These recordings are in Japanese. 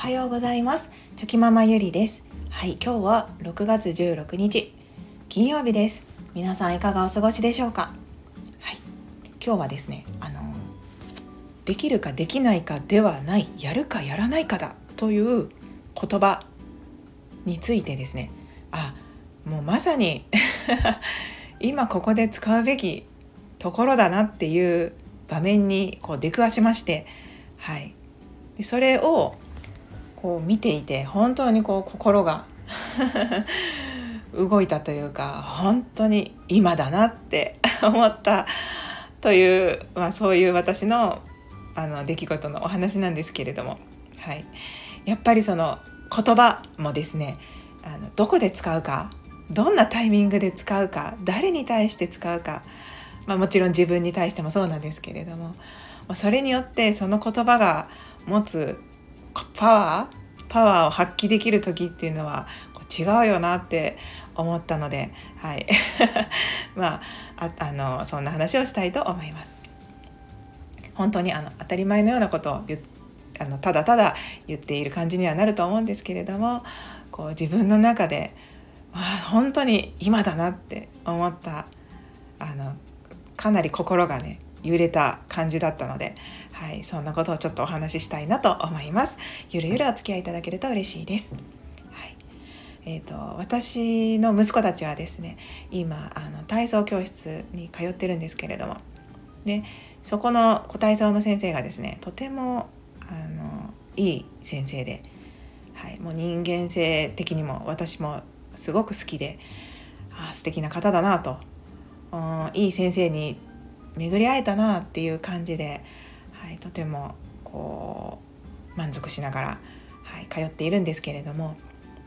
はようございます。チョキママゆりです。はい、今日は6月16日金曜日です。皆さんいかがお過ごしでしょうか。はい、今日はですね、できるかできないかではない、やるかやらないかだという言葉についてですね、もうまさに今ここで使うべきところだなっていう場面に出くわしまして、はい、でそれを見ていて本当に心が動いたというか、本当に今だなって思ったという、そういう私の出来事のお話なんですけれども、はい、やっぱりその言葉もですね、どこで使うか、どんなタイミングで使うか、誰に対して使うか、もちろん自分に対してもそうなんですけれども、それによってその言葉が持つパワーを発揮できる時っていうのは違うよなって思ったので、はい、そんな話をしたいと思います。本当に当たり前のようなことをただただ言っている感じにはなると思うんですけれども、自分の中で本当に今だなって思ったかなり心がね揺れた感じだったので、はい、そんなことをちょっとお話ししたいなと思います。ゆるゆるお付き合いいただけると嬉しいです。はい、私の息子たちはですね、今体操教室に通ってるんですけれども、でそこの体操の先生がですね、とてもいい先生で、はい、もう人間性的にも私もすごく好きで、素敵な方だなと、いい先生に巡り会えたなっていう感じで、はい、とても満足しながら、はい、通っているんですけれども、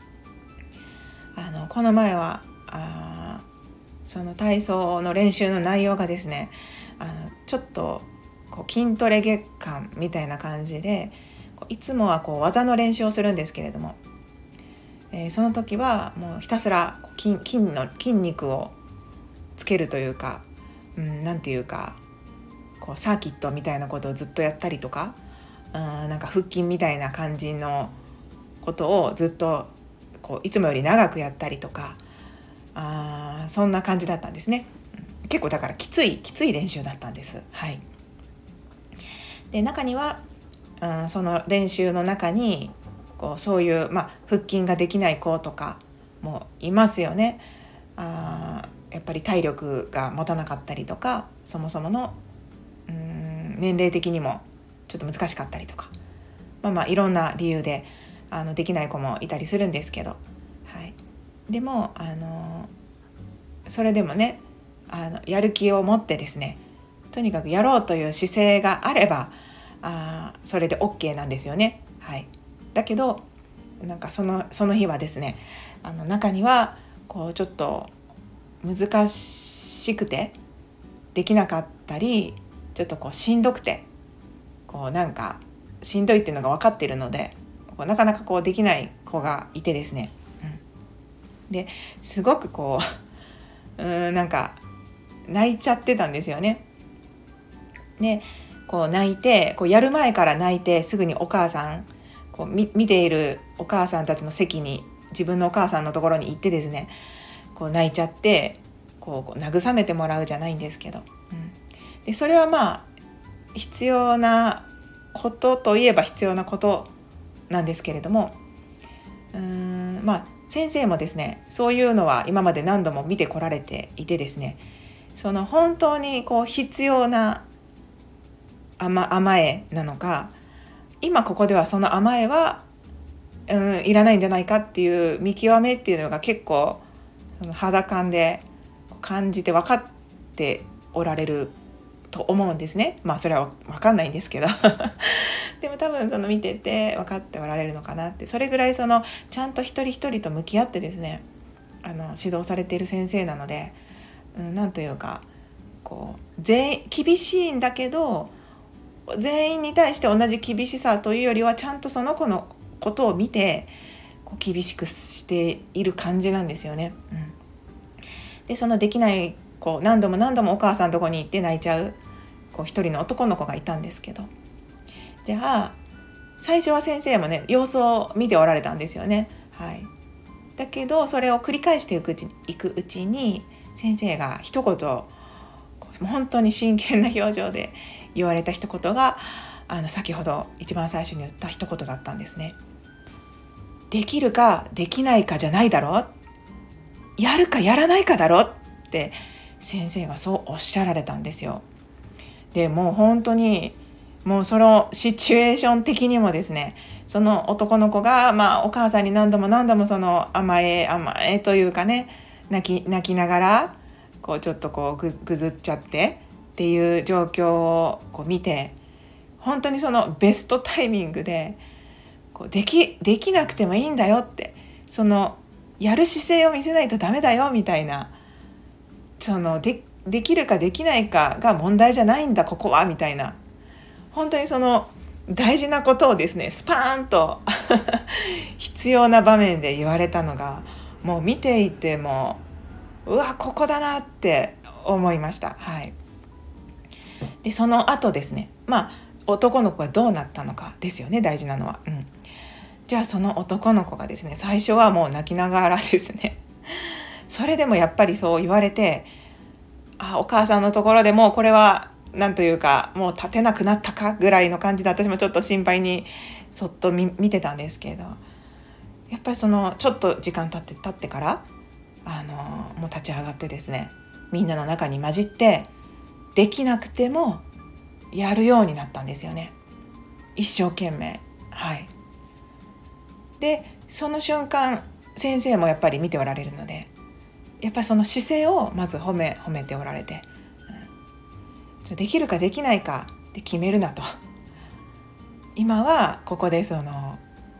この前はその体操の練習の内容がですね、ちょっと筋トレ月間みたいな感じで、いつもは技の練習をするんですけれども、その時はもうひたすら筋肉をつけるというか、なんていうかサーキットみたいなことをずっとやったりとか、なんか腹筋みたいな感じのことをずっといつもより長くやったりとか、そんな感じだったんですね。結構だからきつい練習だったんです。はい。で中にはその練習の中にそういう、腹筋ができない子とかもいますよね。やっぱり体力が持たなかったりとか、そもそもの年齢的にもちょっと難しかったりとか、いろんな理由でできない子もいたりするんですけど、はい、でもそれでもね、やる気を持ってですね、とにかくやろうという姿勢があればそれで OK なんですよね。はい、だけどなんかその日はですね、中にはちょっと難しくてできなかったり、ちょっとしんどくてなんかしんどいっていうのが分かっているので、なかなかできない子がいてですね、ですごくなんか泣いちゃってたんですよね。で泣いてやる前から泣いて、すぐにお母さん見ているお母さんたちの席に自分のお母さんのところに行ってですね、泣いちゃって慰めてもらうじゃないんですけど、でそれは必要なことといえば必要なことなんですけれども、先生もですね、そういうのは今まで何度も見てこられていてですね、その本当に必要な甘えなのか、今ここではその甘えはいらないんじゃないかっていう見極めっていうのが結構その肌感で感じて分かっておられると思うんですね。それは分かんないんですけどでも多分見てて分かっておられるのかなって、それぐらいちゃんと一人一人と向き合ってですね、指導されている先生なので、なんというか全員厳しいんだけど、全員に対して同じ厳しさというよりはちゃんとその子のことを見て厳しくしている感じなんですよね。でそのできない何度もお母さんのとこに行って泣いちゃう一人の男の子がいたんですけど、じゃあ最初は先生もね様子を見ておられたんですよね。はい、だけどそれを繰り返していくうちに先生が一言本当に真剣な表情で言われた一言が先ほど一番最初に言った一言だったんですね。できるかできないかじゃないだろ、やるかやらないかだろって先生がそうおっしゃられたんですよ。でもう本当にもうそのシチュエーション的にもですね、その男の子が、お母さんに何度もその甘えというかね、泣きながらちょっとぐずっちゃってっていう状況を見て、本当にそのベストタイミングでできなくてもいいんだよって、そのやる姿勢を見せないとダメだよみたいな、そのできるかできないかが問題じゃないんだここはみたいな、本当にその大事なことをですねスパーンと必要な場面で言われたのが、もう見ていてもうわここだなって思いました。はい。でその後ですね、男の子がどうなったのかですよね、大事なのは。じゃあその男の子がですね、最初はもう泣きながらですねそれでもやっぱりそう言われて、お母さんのところでもうこれはなんというかもう立てなくなったかぐらいの感じで、私もちょっと心配にそっと見てたんですけど、やっぱりそのちょっと時間経ってからもう立ち上がってですね、みんなの中に混じってできなくてもやるようになったんですよね、一生懸命。はい。でその瞬間先生もやっぱり見ておられるので、やっぱりその姿勢をまず褒めておられて、できるかできないかで決めるなと、今はここでその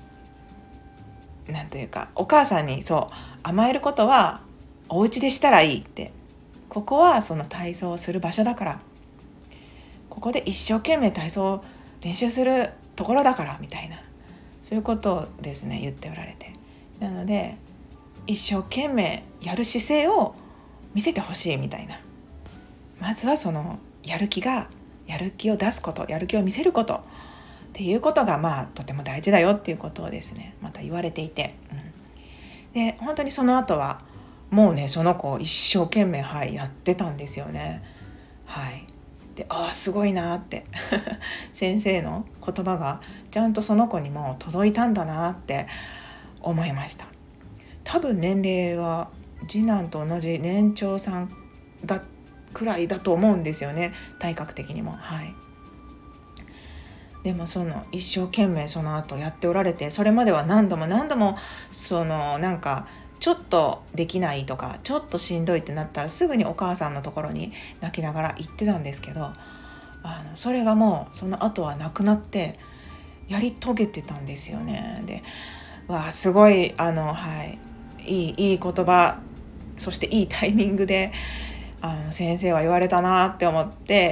なんというか、お母さんにそう甘えることはお家でしたらいいって、ここはその体操をする場所だから、ここで一生懸命体操を練習するところだからみたいな、そういうことをですね言っておられて、なので一生懸命やる姿勢を見せてほしいみたいな、まずはそのやる気を出すこと、やる気を見せることっていうことがとても大事だよっていうことをですねまた言われていて、で本当にその後はもうねその子一生懸命やってたんですよね。はい。ですごいなって先生の言葉がちゃんとその子にも届いたんだなって思いました。多分年齢は次男と同じ年長さんだくらいだと思うんですよね、体格的にも。はい。でもその一生懸命その後やっておられて、それまでは何度もそのなんかちょっとできないとかちょっとしんどいってなったらすぐにお母さんのところに泣きながら行ってたんですけど、それがもうその後はなくなってやり遂げてたんですよね。ですごいいい言葉、そしていいタイミングで先生は言われたなって思って、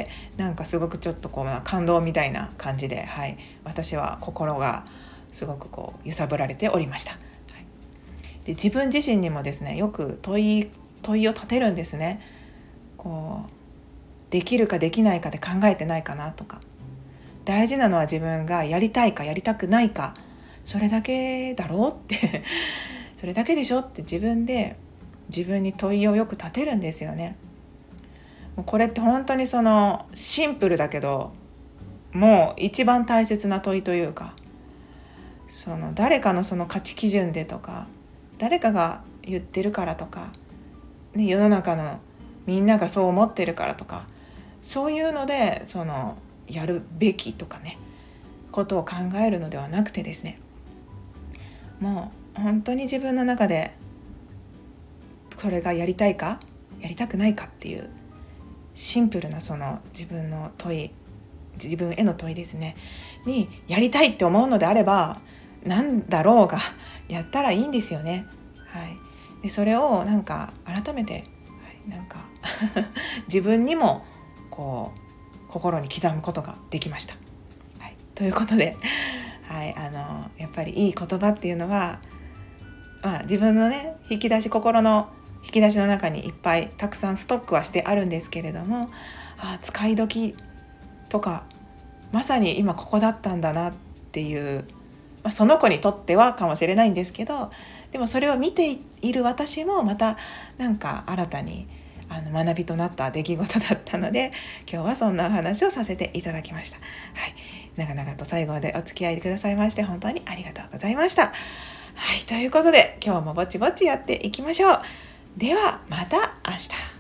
なんかすごくちょっと感動みたいな感じで、私は心がすごく揺さぶられておりました。で自分自身にもですねよく問いを立てるんですね。できるかできないかで考えてないかなとか、大事なのは自分がやりたいかやりたくないか、それだけだろうってそれだけでしょって自分に問いをよく立てるんですよね。もうこれって本当にそのシンプルだけどもう一番大切な問いというか、その誰かのその価値基準でとか、誰かが言ってるからとか、世の中のみんながそう思ってるからとか、そういうのでそのやるべきとかねことを考えるのではなくてですね、もう本当に自分の中でそれがやりたいかやりたくないかっていうシンプルなその自分への問いですねにやりたいって思うのであれば、なんだろうがやったらいいんですよね。でそれをなんか改めて、なんか自分にも心に刻むことができました。ということで、やっぱりいい言葉っていうのは、自分のね心の引き出しの中にいっぱいたくさんストックはしてあるんですけれども、使い時とかまさに今ここだったんだなっっていう、その子にとってはかもしれないんですけど、でもそれを見ている私もまたなんか新たに学びとなった出来事だったので、今日はそんなお話をさせていただきました。はい、長々と最後までお付き合いくださいまして本当にありがとうございました。はい、ということで今日もぼちぼちやっていきましょう。ではまた明日。